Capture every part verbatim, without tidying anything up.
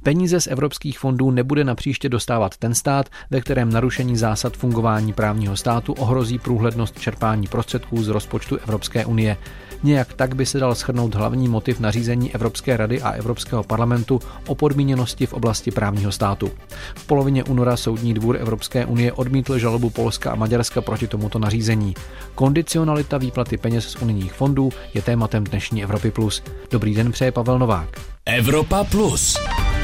Peníze z evropských fondů nebude napříště dostávat ten stát, ve kterém narušení zásad fungování právního státu ohrozí průhlednost čerpání prostředků z rozpočtu Evropské unie. Nějak tak by se dal shrnout hlavní motiv nařízení Evropské rady a Evropského parlamentu o podmíněnosti v oblasti právního státu. V polovině února Soudní dvůr Evropské unie odmítl žalobu Polska a Maďarska proti tomuto nařízení. Kondicionalita výplaty peněz z unijních fondů je tématem dnešní Evropy plus. Dobrý den, přeje Pavel Novák. Evropa plus.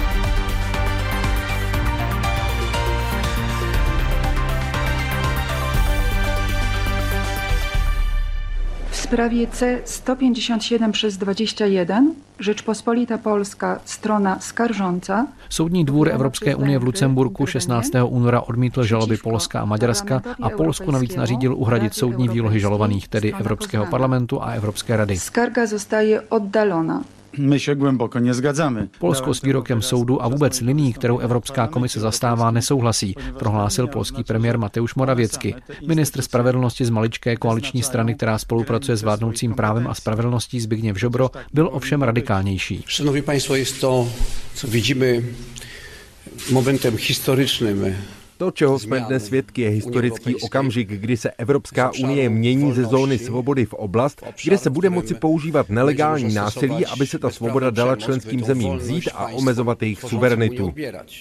W sprawie C sto pięćdziesiąt siedem przez dwadzieścia jeden Rzeczpospolita Polska, strona skarżąca. Soudní dvůr Evropské unie v Lucemburku šestnáctého února odmítl žaloby Polska a Maďarska a Polsku navíc nařídil uhradit soudní výlohy žalovaných, tedy Evropského parlamentu a Evropské rady. Skarga zostaje oddalona. My se hluboko nezgadzáme. Polsko s výrokem soudu a vůbec linií, kterou Evropská komise zastává, nesouhlasí, prohlásil polský premiér Mateusz Morawiecki. Ministr spravedlnosti z maličké koaliční strany, která spolupracuje s vládnoucím Právem a spravedlností, Zbigniew Ziobro, byl ovšem radikálnější. Szanowni Państwo, jest to, co widzimy, momentem historycznym. To, čeho jsme dnes svědky, je historický okamžik, kdy se Evropská unie mění ze zóny svobody v oblast, kde se bude moci používat nelegální násilí, aby se ta svoboda dala členským zemím vzít a omezovat jejich suverenitu.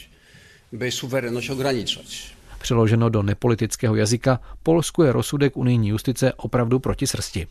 Přeloženo do nepolitického jazyka, Polsku je rozsudek unijní justice opravdu proti srsti.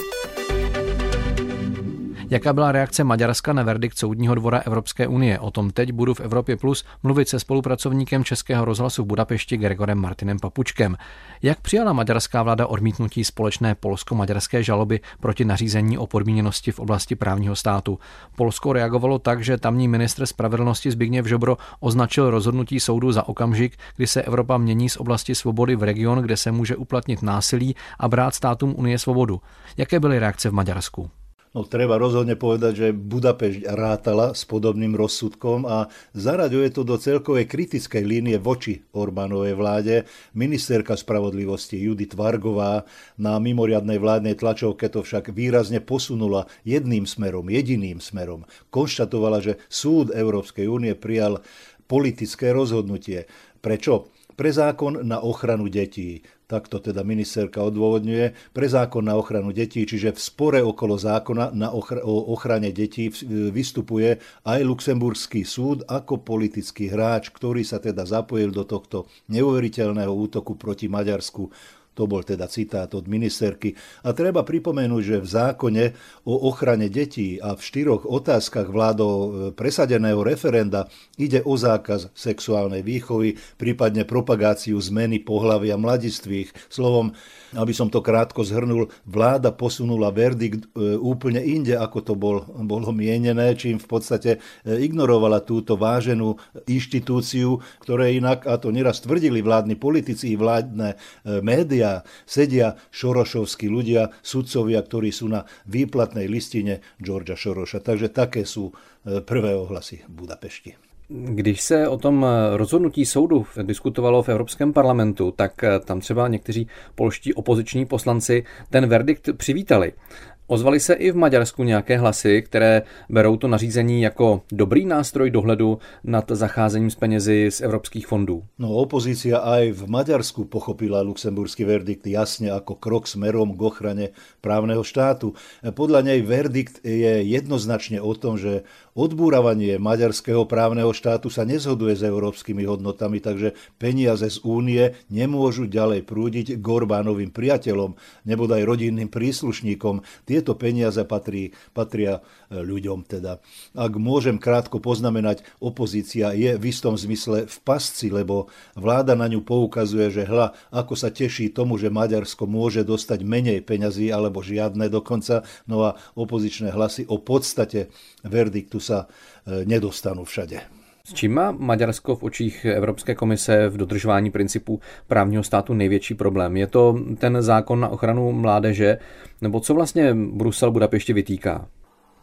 Jaká byla reakce Maďarska na verdikt Soudního dvora Evropské unie? O tom teď budu v Evropě plus mluvit se spolupracovníkem Českého rozhlasu v Budapešti Gregorem Martinem Papučkem. Jak přijala maďarská vláda odmítnutí společné polsko-maďarské žaloby proti nařízení o podmíněnosti v oblasti právního státu? Polsko reagovalo tak, že tamní ministr spravedlnosti Zbigniew Ziobro označil rozhodnutí soudu za okamžik, kdy se Evropa mění z oblasti svobody v region, kde se může uplatnit násilí a brát státům Unie svobodu. Jaké byly reakce v Maďarsku? No, treba rozhodne povedať, že Budapešť rátala s podobným rozsudkom a zaraďuje to do celkovej kritickej línie voči Orbánovej vláde. Ministerka spravodlivosti Judith Vargová na mimoriadnej vládnej tlačovke to však výrazne posunula jedným smerom, jediným smerom. Konštatovala, že súd Európskej únie prijal politické rozhodnutie. Prečo? Pre zákon na ochranu detí. Takto teda ministerka odôvodňuje, pre zákon na ochranu detí, čiže v spore okolo zákona na ochra- o ochrane detí vystupuje aj Luxemburský súd ako politický hráč, ktorý sa teda zapojil do tohto neuveriteľného útoku proti Maďarsku. To bol teda citát od ministerky. A treba pripomenúť, že v zákone o ochrane detí a v štyroch otázkach vládou presadeného referenda ide o zákaz sexuálnej výchovy, prípadne propagáciu zmeny pohlavia mladistvých. Slovom, aby som to krátko zhrnul, vláda posunula verdikt úplne inde, ako to bol, bolo mienené, čím v podstate ignorovala túto váženú inštitúciu, ktoré inak, a to neraz tvrdili vládni politici i vládne médiá, sedia šorošovskí ľudia, sudcovia, ktorí sú na výplatnej listine Georgia Šoroša. Takže také sú prvé ohlasy v Budapešti. Když se o tom rozhodnutí soudu diskutovalo v Evropském parlamentu, tak tam třeba někteří polští opoziční poslanci ten verdikt přivítali. Ozvaly se i v Maďarsku nějaké hlasy, které berou to nařízení jako dobrý nástroj dohledu nad zacházením s penězi z evropských fondů? No, opozícia aj v Maďarsku pochopila luxemburský verdikt jasne ako krok smerom k ochrane právneho štátu. Podľa nej verdikt je jednoznačne o tom, že odbúravanie maďarského právneho štátu sa nezhoduje s európskymi hodnotami, takže peniaze z únie nemôžu ďalej prúdiť k Orbánovým priateľom, nebodaj rodinným príslušníkom. Tieto peniaze patrí, patria ľuďom teda. Ak môžem krátko poznamenať, opozícia je v istom zmysle v pasci, lebo vláda na ňu poukazuje, že hľa, ako sa teší tomu, že Maďarsko môže dostať menej peňazí, alebo žiadne dokonca, no a opozičné hlasy o podstate verdiktu sa nedostanú všade. S čím má Maďarsko v očích Evropské komise v dodržování principů právního státu největší problém? Je to ten zákon na ochranu mládeže, nebo co vlastně Brusel Budapešti vytýká?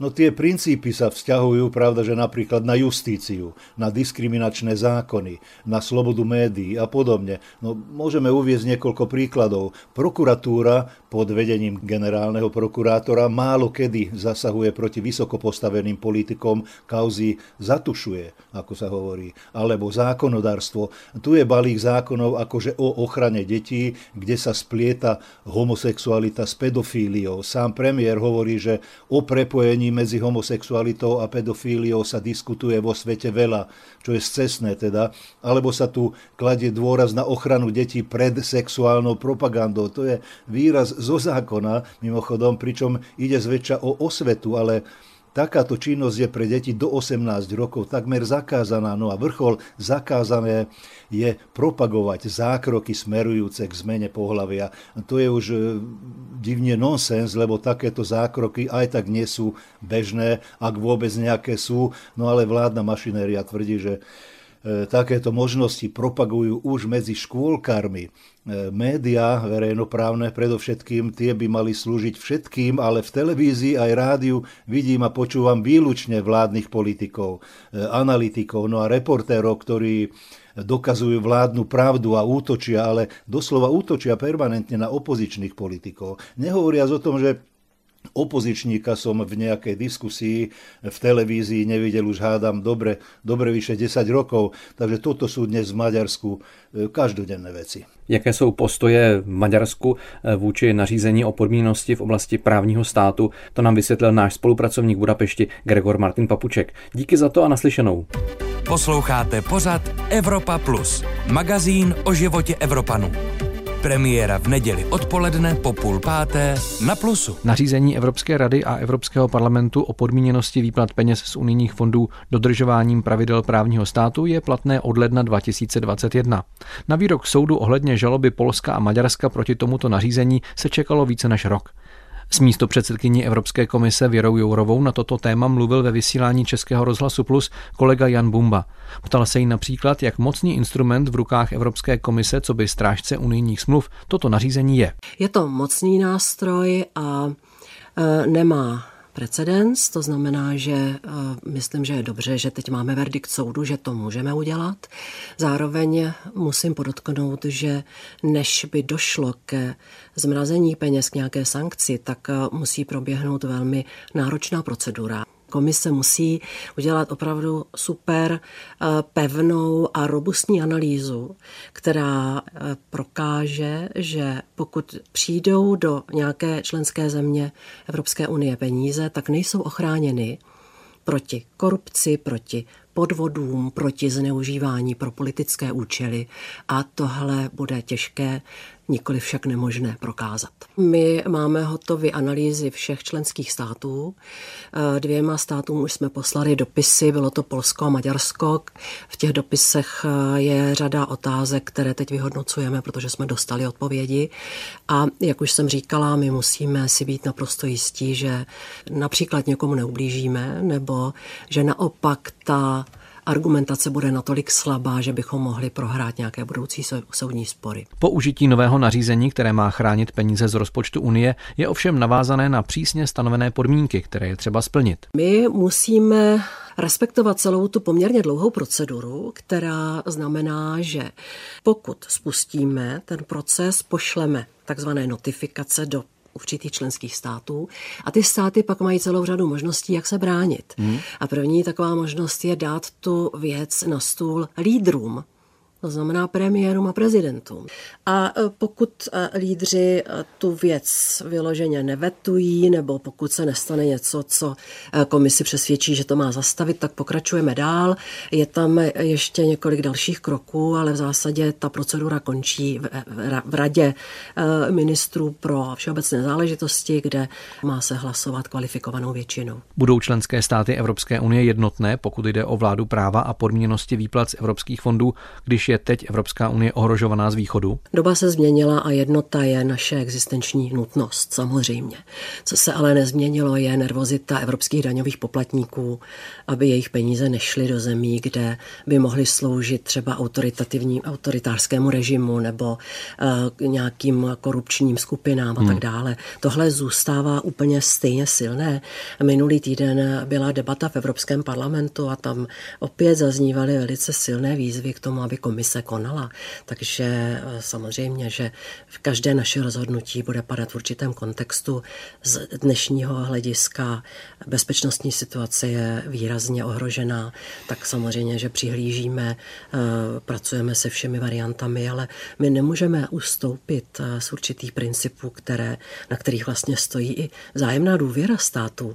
No tie princípy sa vzťahujú, pravda, že napríklad na justíciu, na diskriminačné zákony, na slobodu médií a podobne. No, môžeme uviesť niekoľko príkladov. Prokuratúra pod vedením generálneho prokurátora málo kedy zasahuje proti vysoko postaveným politikom, kauzy zatušuje, ako sa hovorí, alebo zákonodárstvo. Tu je balík zákonov akože o ochrane detí, kde sa splieta homosexualita s pedofíliou. Sám premiér hovorí, že o prepojení medzi homosexualitou a pedofíliou sa diskutuje vo svete veľa, čo je scestné teda, alebo sa tu kladie dôraz na ochranu detí pred sexuálnou propagandou. To je výraz zo zákona, mimochodom, pričom ide zväčša o osvetu, ale takáto činnosť je pre deti do osemnásť rokov takmer zakázaná. No a vrchol zakázané je propagovať zákroky smerujúce k zmene pohlavia. To je už divne nonsens, lebo takéto zákroky aj tak nie sú bežné, ak vôbec nejaké sú. No ale vládna mašinéria tvrdí, že takéto možnosti propagujú už medzi škôlkarmi. Média verejnoprávne predovšetkým, tie by mali slúžiť všetkým, ale v televízii aj rádiu vidím a počúvam výlučne vládnych politikov, analytikov, no a reportérov, ktorí dokazujú vládnu pravdu a útočia, ale doslova útočia permanentne na opozičných politikov. Nehovoriac o tom, že opozičníka som v nejakej diskusii v televízii nevidel už hádam dobre, dobre vyše desať rokov, takže toto sú dnes v Maďarsku každodenné veci. Jaké jsou postoje v Maďarsku vůči nařízení o podmíněnosti v oblasti právního státu? To nám vysvětlil náš spolupracovník v Budapešti Gregor Martin Papuček. Díky za to a naslyšenou. Posloucháte pořad Evropa Plus, magazín o životě Evropanů. Premiéra v neděli odpoledne po půl páté na Plusu. Nařízení Evropské rady a Evropského parlamentu o podmíněnosti výplat peněz z unijních fondů dodržováním pravidel právního státu je platné od ledna dva tisíce dvacet jedna. Na výrok soudu ohledně žaloby Polska a Maďarska proti tomuto nařízení se čekalo více než rok. S místopředsedkyní Evropské komise Věrou Jourovou na toto téma mluvil ve vysílání Českého rozhlasu Plus kolega Jan Bumba. Ptal se jí například, jak mocný instrument v rukách Evropské komise, co by strážce unijních smluv, toto nařízení je. Je to mocný nástroj a e, nemá precedens, to znamená, že uh, myslím, že je dobře, že teď máme verdikt soudu, že to můžeme udělat. Zároveň musím podotknout, že než by došlo ke zmrazení peněz k nějaké sankci, tak uh, musí proběhnout velmi náročná procedura. Komise musí udělat opravdu super pevnou a robustní analýzu, která prokáže, že pokud přijdou do nějaké členské země Evropské unie peníze, tak nejsou ochráněny proti korupci, proti podvodům, proti zneužívání pro politické účely a tohle bude těžké, nikoli však nemožné prokázat. My máme hotové analýzy všech členských států. Dvěma státům už jsme poslali dopisy, bylo to Polsko a Maďarsko. V těch dopisech je řada otázek, které teď vyhodnocujeme, protože jsme dostali odpovědi. A jak už jsem říkala, my musíme si být naprosto jistí, že například někomu neublížíme, nebo že naopak ta argumentace bude natolik slabá, že bychom mohli prohrát nějaké budoucí soudní spory. Použití nového nařízení, které má chránit peníze z rozpočtu Unie, je ovšem navázané na přísně stanovené podmínky, které je třeba splnit. My musíme respektovat celou tu poměrně dlouhou proceduru, která znamená, že pokud spustíme ten proces, pošleme takzvané notifikace do určitých členských států a ty státy pak mají celou řadu možností, jak se bránit. Hmm. A první taková možnost je dát tu věc na stůl lídrům, to znamená premiérům a prezidentům. A pokud lídři tu věc vyloženě nevetují, nebo pokud se nestane něco, co komisi přesvědčí, že to má zastavit, tak pokračujeme dál. Je tam ještě několik dalších kroků, ale v zásadě ta procedura končí v, v radě ministrů pro všeobecné záležitosti, kde má se hlasovat kvalifikovanou většinou. Budou členské státy Evropské unie jednotné, pokud jde o vládu práva a podmíněnosti výplat z evropských fondů, když je teď Evropská unie ohrožovaná z východu? Doba se změnila a jednota je naše existenční nutnost, samozřejmě. Co se ale nezměnilo, je nervozita evropských daňových poplatníků, aby jejich peníze nešly do zemí, kde by mohly sloužit třeba autoritativním, autoritářskému režimu nebo uh, nějakým korupčním skupinám a tak dále. Tohle zůstává úplně stejně silné. Minulý týden byla debata v Evropském parlamentu a tam opět zaznívaly velice silné výzvy k tomu, aby komise konala. Takže samozřejmě, že v každé naše rozhodnutí bude padat v určitém kontextu. Z dnešního hlediska bezpečnostní situace je výrazně ohrožená, tak samozřejmě, že přihlížíme, pracujeme se všemi variantami, ale my nemůžeme ustoupit z určitých principů, které, na kterých vlastně stojí i vzájemná důvěra států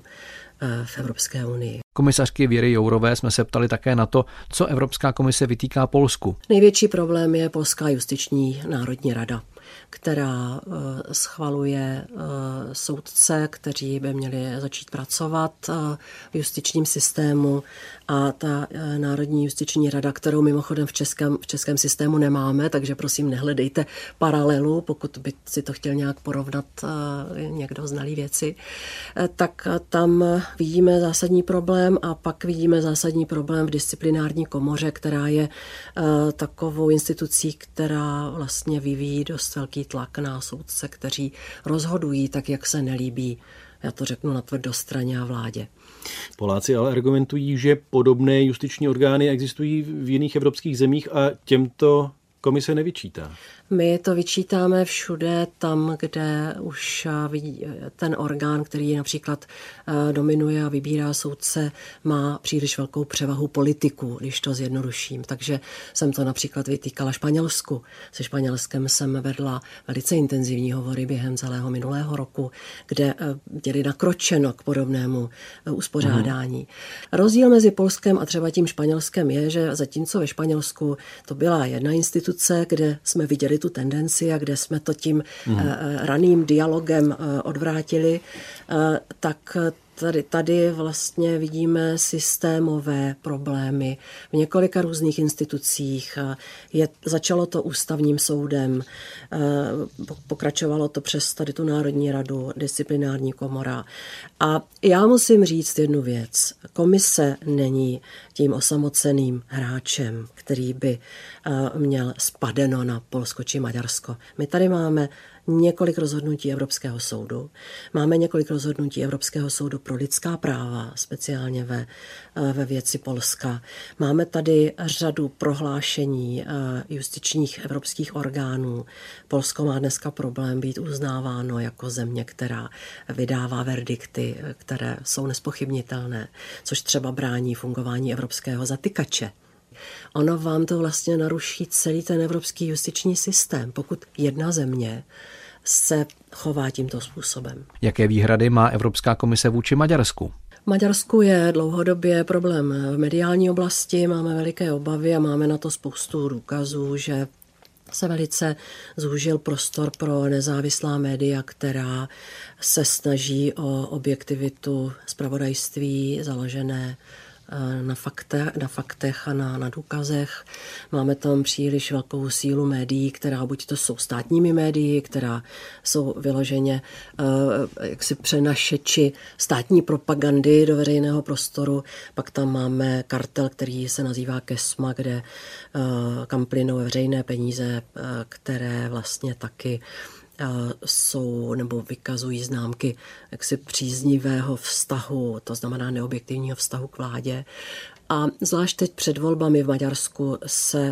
v Evropské unii. Komisařky Věry Jourové jsme se ptali také na to, co Evropská komise vytýká Polsku. Největší problém je Polská justiční národní rada, která schvaluje soudce, kteří by měli začít pracovat v justičním systému, a ta Národní justiční rada, kterou mimochodem v českém, v českém systému nemáme, takže prosím nehledejte paralelu, pokud by si to chtěl nějak porovnat někdo znalý věci, tak tam vidíme zásadní problém a pak vidíme zásadní problém v disciplinární komoře, která je takovou institucí, která vlastně vyvíjí dost velký tlak na soudce, kteří rozhodují tak, jak se nelíbí, já to řeknu na tvrdostraně a vládě. Poláci ale argumentují, že podobné justiční orgány existují v jiných evropských zemích a těmto komise nevyčítá. My to vyčítáme všude tam, kde už ten orgán, který například dominuje a vybírá soudce, má příliš velkou převahu politiků, když to zjednoduším. Takže jsem to například vytýkala Španělsku. Se Španělskem jsem vedla velice intenzivní hovory během celého minulého roku, kde děli nakročeno k podobnému uspořádání. Mm. Rozdíl mezi Polskem a třeba tím Španělskem je, že zatímco ve Španělsku to byla jedna instituce, kde jsme viděli tu tendenci a kde jsme to tím mm. raným dialogem odvrátili, tak tady, tady vlastně vidíme systémové problémy v několika různých institucích. Je, začalo to ústavním soudem, pokračovalo to přes tady tu Národní radu, disciplinární komora. A já musím říct jednu věc. Komise není tím osamoceným hráčem, který by měl spadeno na Polsko či Maďarsko. My tady máme několik rozhodnutí Evropského soudu. Máme několik rozhodnutí Evropského soudu pro lidská práva, speciálně ve, ve věci Polska. Máme tady řadu prohlášení justičních evropských orgánů. Polsko má dneska problém být uznáváno jako země, která vydává verdikty, které jsou nezpochybnitelné, což třeba brání fungování evropského zatykače. Ono vám to vlastně naruší celý ten evropský justiční systém, pokud jedna země se chová tímto způsobem. Jaké výhrady má Evropská komise vůči Maďarsku? V Maďarsku je dlouhodobě problém v mediální oblasti, máme veliké obavy a máme na to spoustu důkazů, že se velice zúžil prostor pro nezávislá média, která se snaží o objektivitu zpravodajství založené na faktech, na faktech a na, na důkazech. Máme tam příliš velkou sílu médií, která buď to jsou státními médii, která jsou vyloženě uh, jaksi přenašeči státní propagandy do veřejného prostoru. Pak tam máme kartel, který se nazývá KESMA, kde uh, kam plynou veřejné peníze, uh, které vlastně taky jsou nebo vykazují známky jaksi příznivého vztahu, to znamená neobjektivního vztahu k vládě. A zvlášť teď před volbami v Maďarsku se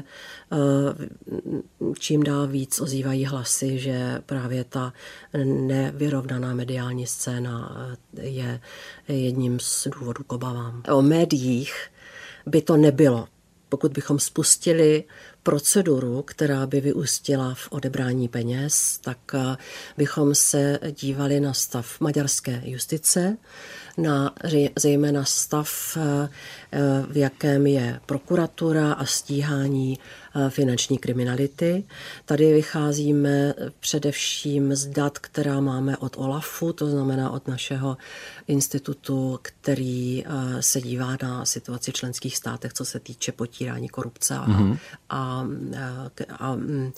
čím dál víc ozývají hlasy, že právě ta nevyrovnaná mediální scéna je jedním z důvodů k obavám. O médiích by to nebylo, pokud bychom spustili proceduru, která by vyústila v odebrání peněz, tak bychom se dívali na stav maďarské justice, na zejména stav, v jakém je prokuratura a stíhání finanční kriminality. Tady vycházíme především z dat, která máme od OLAFu, to znamená od našeho institutu, který se dívá na situaci v členských státech, co se týče potírání korupce a, mm-hmm. a a, a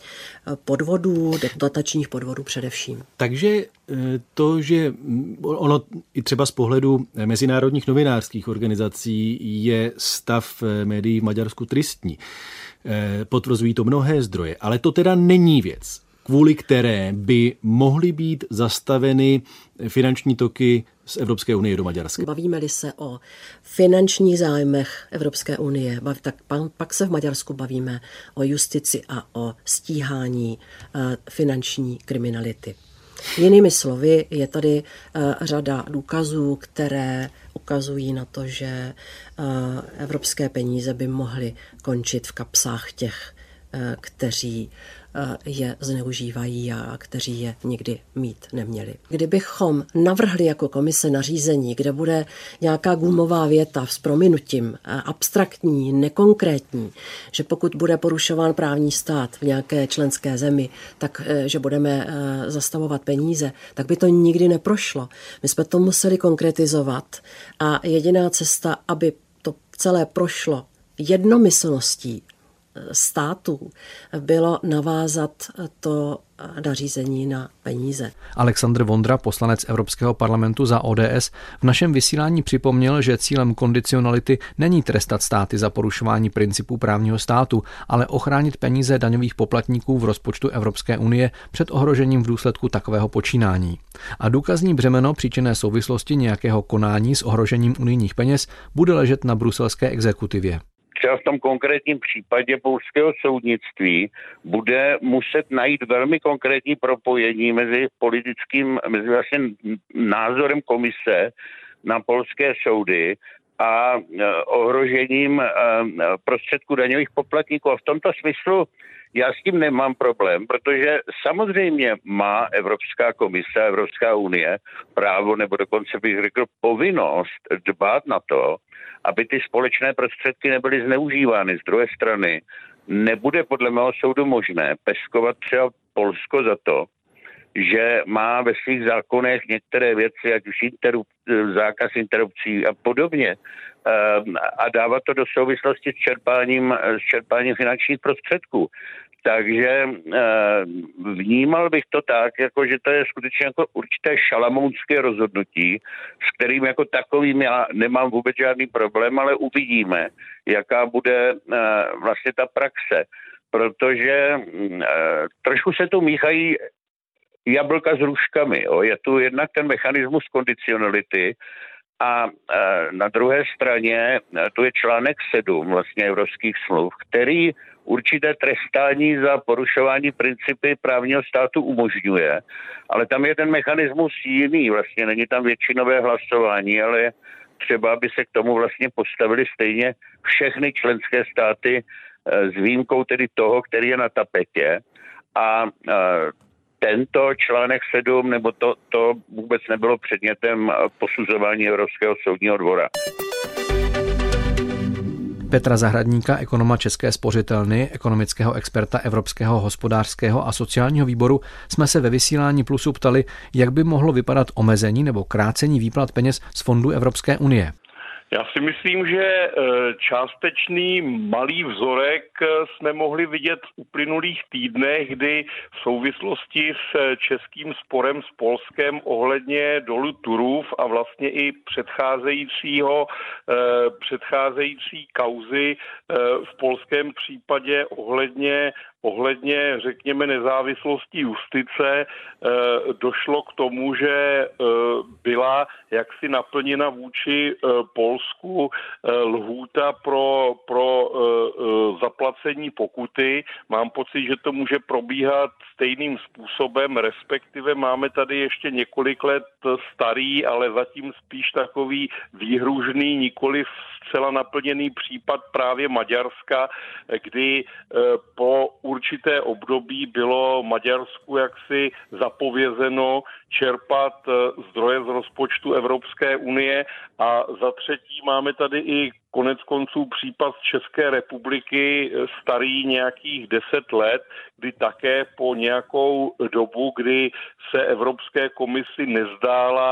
podvodů, dotačních podvodů především. Takže to, že ono i třeba z pohledu mezinárodních novinářských organizací je stav médií v Maďarsku tristní. Potvrzují to mnohé zdroje, ale to teda není věc, kvůli které by mohly být zastaveny finanční toky z Evropské unie do Maďarska. Bavíme-li se o finančních zájmech Evropské unie, tak pak se v Maďarsku bavíme o justici a o stíhání finanční kriminality. Jinými slovy, je tady řada důkazů, které ukazují na to, že evropské peníze by mohly končit v kapsách těch, kteří je zneužívají a kteří je nikdy mít neměli. Kdybychom navrhli jako komise nařízení, kde bude nějaká gumová věta s prominutím, abstraktní, nekonkrétní, že pokud bude porušován právní stát v nějaké členské zemi, tak že budeme zastavovat peníze, tak by to nikdy neprošlo. My jsme to museli konkretizovat a jediná cesta, aby to celé prošlo jednomyslností států, bylo navázat to nařízení na peníze. Aleksandr Vondra, poslanec Evropského parlamentu za O D S, v našem vysílání připomněl, že cílem kondicionality není trestat státy za porušování principů právního státu, ale ochránit peníze daňových poplatníků v rozpočtu Evropské unie před ohrožením v důsledku takového počínání. A důkazní břemeno příčinné souvislosti nějakého konání s ohrožením unijních peněz bude ležet na bruselské exekutivě. Třeba v tom konkrétním případě polského soudnictví bude muset najít velmi konkrétní propojení mezi politickým, mezi vlastně názorem komise na polské soudy a ohrožením prostředků daňových poplatníků. A v tomto smyslu já s tím nemám problém, protože samozřejmě má Evropská komise, Evropská unie právo, nebo dokonce bych řekl povinnost dbát na to, aby ty společné prostředky nebyly zneužívány. Z druhé strany nebude podle mého soudu možné peskovat třeba Polsko za to, že má ve svých zákonech některé věci, ať už interup, zákaz interrupcí a podobně, a dávat to do souvislosti s čerpáním, s čerpáním finančních prostředků. Takže vnímal bych to tak, jako že to je skutečně jako určité šalamounské rozhodnutí, s kterým jako takovým já nemám vůbec žádný problém, ale uvidíme, jaká bude vlastně ta praxe. Protože trošku se tu míchají jablka s hruškami. Jo. Je tu jednak ten mechanismus kondicionality a na druhé straně tu je článek sedm vlastně evropských smluv, který určité trestání za porušování principy právního státu umožňuje. Ale tam je ten mechanismus jiný, vlastně není tam většinové hlasování, ale třeba, aby se k tomu vlastně postavili stejně všechny členské státy s výjimkou tedy toho, který je na tapetě. A tento článek sedm, nebo to, to vůbec nebylo předmětem posuzování Evropského soudního dvora. Petra Zahradníka, ekonoma České spořitelny, ekonomického experta Evropského hospodářského a sociálního výboru, jsme se ve vysílání Plusu ptali, jak by mohlo vypadat omezení nebo krácení výplat peněz z fondů Evropské unie. Já si myslím, že částečný malý vzorek jsme mohli vidět v uplynulých týdnech, kdy v souvislosti s českým sporem s Polskem ohledně dolu Turów a vlastně i předcházejícího, předcházející kauzy v polském případě ohledně Ohledně, řekněme, nezávislosti justice došlo k tomu, že byla jaksi naplněna vůči Polsku lhůta pro, pro zaplacení pokuty. Mám pocit, že to může probíhat stejným způsobem, respektive máme tady ještě několik let starý, ale zatím spíš takový výhružný, nikoliv zcela naplněný případ právě Maďarska, kdy po určité období bylo Maďarsku jaksi zapovězeno čerpat zdroje z rozpočtu Evropské unie a za třetí máme tady i konec konců případ z České republiky starý nějakých deset let, kdy také po nějakou dobu, kdy se Evropské komisi nezdála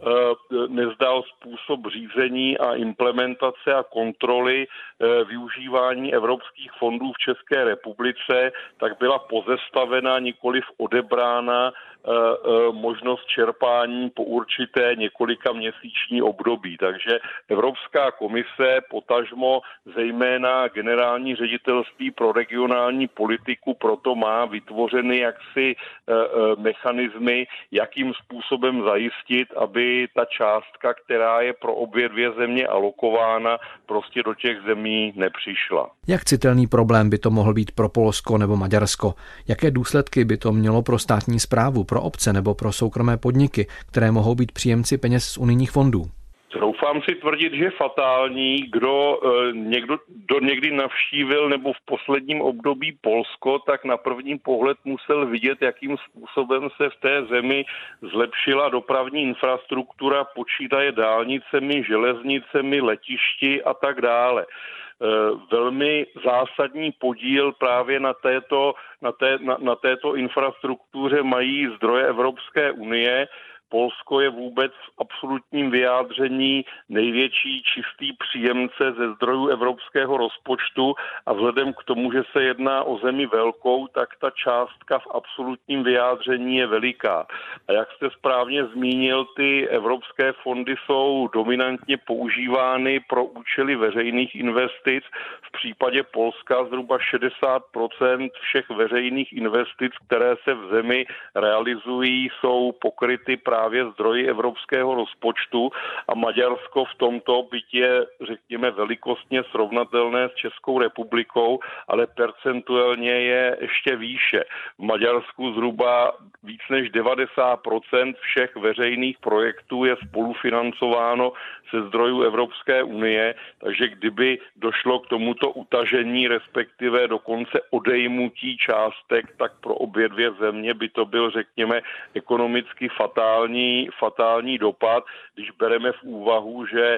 nezdal způsob řízení a implementace a kontroly využívání evropských fondů v České republice, tak byla pozastavena, nikoliv odebrána možnost čerpání po určité několika měsíční období. Takže Evropská komise, potažmo zejména generální ředitelství pro regionální politiku, proto má vytvořeny jaksi mechanismy, jakým způsobem zajistit, aby ta částka, která je pro obě dvě země alokována, prostě do těch zemí nepřišla. Jak citelný problém by to mohl být pro Polsko nebo Maďarsko? Jaké důsledky by to mělo pro státní správu, pro obce nebo pro soukromé podniky, které mohou být příjemci peněz z unijních fondů? Troufám si tvrdit, že fatální, kdo někdo do někdy navštívil nebo v posledním období Polsko, tak na první pohled musel vidět, jakým způsobem se v té zemi zlepšila dopravní infrastruktura, počítaje dálnicemi, železnicemi, letišti a tak dále. Velmi zásadní podíl právě na této, na té, na, na této infrastruktuře mají zdroje Evropské unie. Polsko je vůbec v absolutním vyjádření největší čistý příjemce ze zdrojů evropského rozpočtu a vzhledem k tomu, že se jedná o zemi velkou, tak ta částka v absolutním vyjádření je veliká. A jak jste správně zmínil, ty evropské fondy jsou dominantně používány pro účely veřejných investic. V případě Polska zhruba šedesát procent všech veřejných investic, které se v zemi realizují, jsou pokryty právě právě zdroji evropského rozpočtu a Maďarsko v tomto, byť je, řekněme, velikostně srovnatelné s Českou republikou, ale percentuálně je ještě výše. V Maďarsku zhruba víc než devadesát procent všech veřejných projektů je spolufinancováno ze zdrojů Evropské unie, takže kdyby došlo k tomuto utažení, respektive dokonce odejmutí částek, tak pro obě dvě země by to byl, řekněme, ekonomicky fatální fatální dopad, když bereme v úvahu, že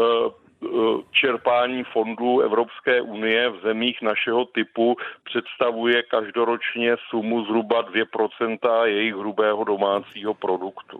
čerpání fondů Evropské unie v zemích našeho typu představuje každoročně sumu zhruba dvě procenta jejich hrubého domácího produktu.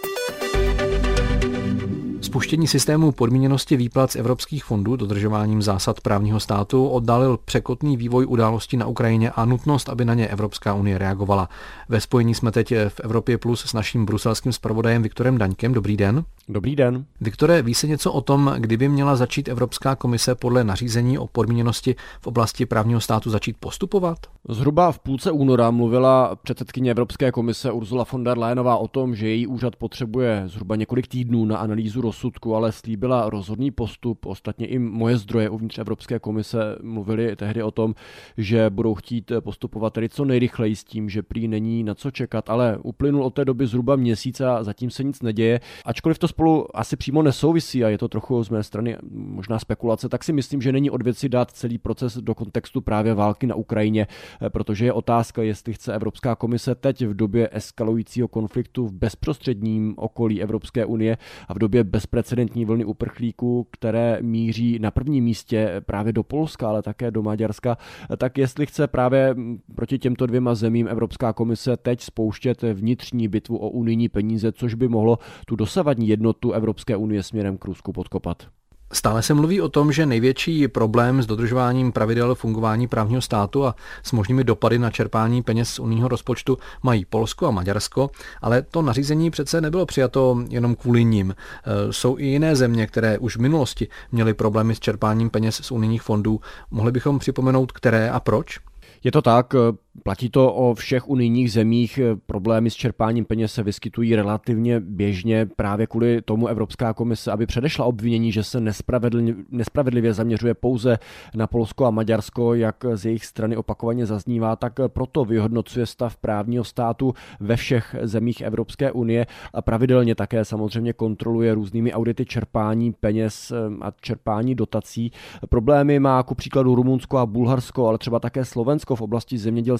Spuštění systému podmíněnosti výplat z evropských fondů dodržováním zásad právního státu oddálil překotný vývoj událostí na Ukrajině a nutnost, aby na ně Evropská unie reagovala. Ve spojení jsme teď v Evropě Plus s naším bruselským zpravodajem Viktorem Daňkem. Dobrý den. Dobrý den. Viktore, ví se něco o tom, kdyby měla začít Evropská komise podle nařízení o podmíněnosti v oblasti právního státu začít postupovat? Zhruba v půlce února mluvila předsedkyně Evropské komise Ursula von der Leyenová o tom, že její úřad potřebuje zhruba několik týdnů na analýzu rozsudku, ale slíbila rozhodný postup. Ostatně i moje zdroje uvnitř Evropské komise mluvili tehdy o tom, že budou chtít postupovat tedy co nejrychleji s tím, že prý není na co čekat, ale uplynul od té doby zhruba měsíc a zatím se nic neděje. Ačkoliv to spolu asi přímo nesouvisí a je to trochu z mé strany možná spekulace, tak si myslím, že není od věci dát celý proces do kontextu právě války na Ukrajině, protože je otázka, jestli chce Evropská komise teď v době eskalujícího konfliktu v bezprostředním okolí Evropské unie a v době bezprecedentní vlny uprchlíků, které míří na prvním místě právě do Polska, ale také do Maďarska, tak jestli chce právě proti těmto dvěma zemím Evropská komise teď spouštět vnitřní bitvu o unijní peníze, což by mohlo tu dosavadní jednotu Evropské unie směrem k Rusku podkopat. Stále se mluví o tom, že největší problém s dodržováním pravidel fungování právního státu a s možnými dopady na čerpání peněz z unijního rozpočtu mají Polsko a Maďarsko, ale to nařízení přece nebylo přijato jenom kvůli nim. Jsou i jiné země, které už v minulosti měly problémy s čerpáním peněz z unijních fondů. Mohli bychom připomenout, které a proč? Je to tak, platí to o všech unijních zemích, problémy s čerpáním peněz se vyskytují relativně běžně, právě kvůli tomu Evropská komise, aby předešla obvinění, že se nespravedlivě, nespravedlivě zaměřuje pouze na Polsko a Maďarsko, jak z jejich strany opakovaně zaznívá, tak proto vyhodnocuje stav právního státu ve všech zemích Evropské unie a pravidelně také samozřejmě kontroluje různými audity čerpání peněz a čerpání dotací. Problémy má ku příkladu Rumunsko a Bulharsko, ale třeba také Slovensko v oblasti zemědělství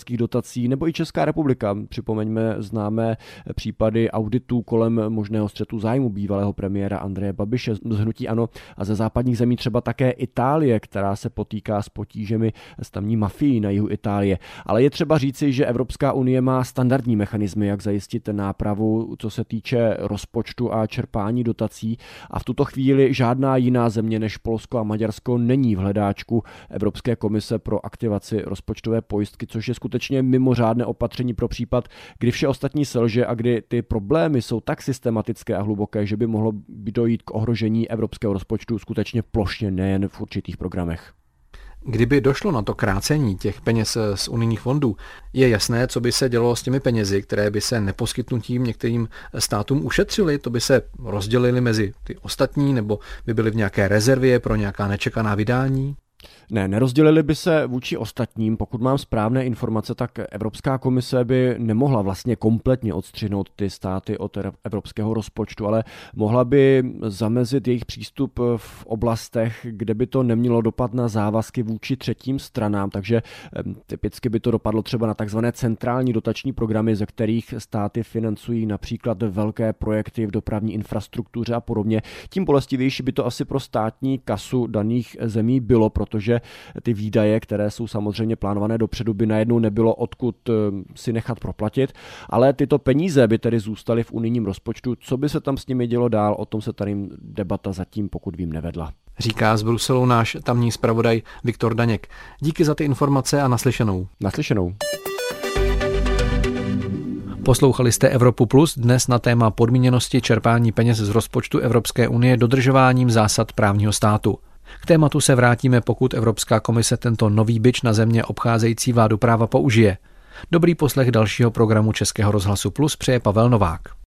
zemědělských dotací, nebo i Česká republika. Připomeňme známé případy auditů kolem možného střetu zájmu bývalého premiéra Andreje Babiše z hnutí ANO a ze západních zemí třeba také Itálie, která se potýká s potížemi s tamní mafií na jihu Itálie. Ale je třeba říci, že Evropská unie má standardní mechanismy, jak zajistit nápravu, co se týče rozpočtu a čerpání dotací, a v tuto chvíli žádná jiná země než Polsko a Maďarsko není v hledáčku Evropské komise pro aktivaci rozpočtové pojistky, což je skutečně mimořádné opatření pro případ, kdy vše ostatní selže a kdy ty problémy jsou tak systematické a hluboké, že by mohlo dojít k ohrožení evropského rozpočtu skutečně plošně, nejen v určitých programech. Kdyby došlo na to krácení těch peněz z unijních fondů, je jasné, co by se dělo s těmi penězi, které by se neposkytnutím některým státům ušetřily, to by se rozdělily mezi ty ostatní, nebo by byly v nějaké rezervě pro nějaká nečekaná vydání? Ne, nerozdělili by se vůči ostatním. Pokud mám správné informace, tak Evropská komise by nemohla vlastně kompletně odstřihnout ty státy od evropského rozpočtu, ale mohla by zamezit jejich přístup v oblastech, kde by to nemělo dopad na závazky vůči třetím stranám. Takže typicky by to dopadlo třeba na takzvané centrální dotační programy, ze kterých státy financují například velké projekty v dopravní infrastruktuře a podobně. Tím bolestivější by to asi pro státní kasu daných zemí bylo, protože ty výdaje, které jsou samozřejmě plánované dopředu, by najednou nebylo odkud si nechat proplatit, ale tyto peníze by tedy zůstaly v unijním rozpočtu. Co by se tam s nimi dělo dál, o tom se tady debata zatím, pokud vím, nevedla. Říká z Bruselu náš tamní zpravodaj Viktor Daněk. Díky za ty informace a naslyšenou. Naslyšenou. Poslouchali jste Evropu Plus, dnes na téma podmíněnosti čerpání peněz z rozpočtu Evropské unie dodržováním zásad právního státu. K tématu se vrátíme, pokud Evropská komise tento nový bič na země obcházející vládu práva použije. Dobrý poslech dalšího programu Českého rozhlasu Plus přeje Pavel Novák.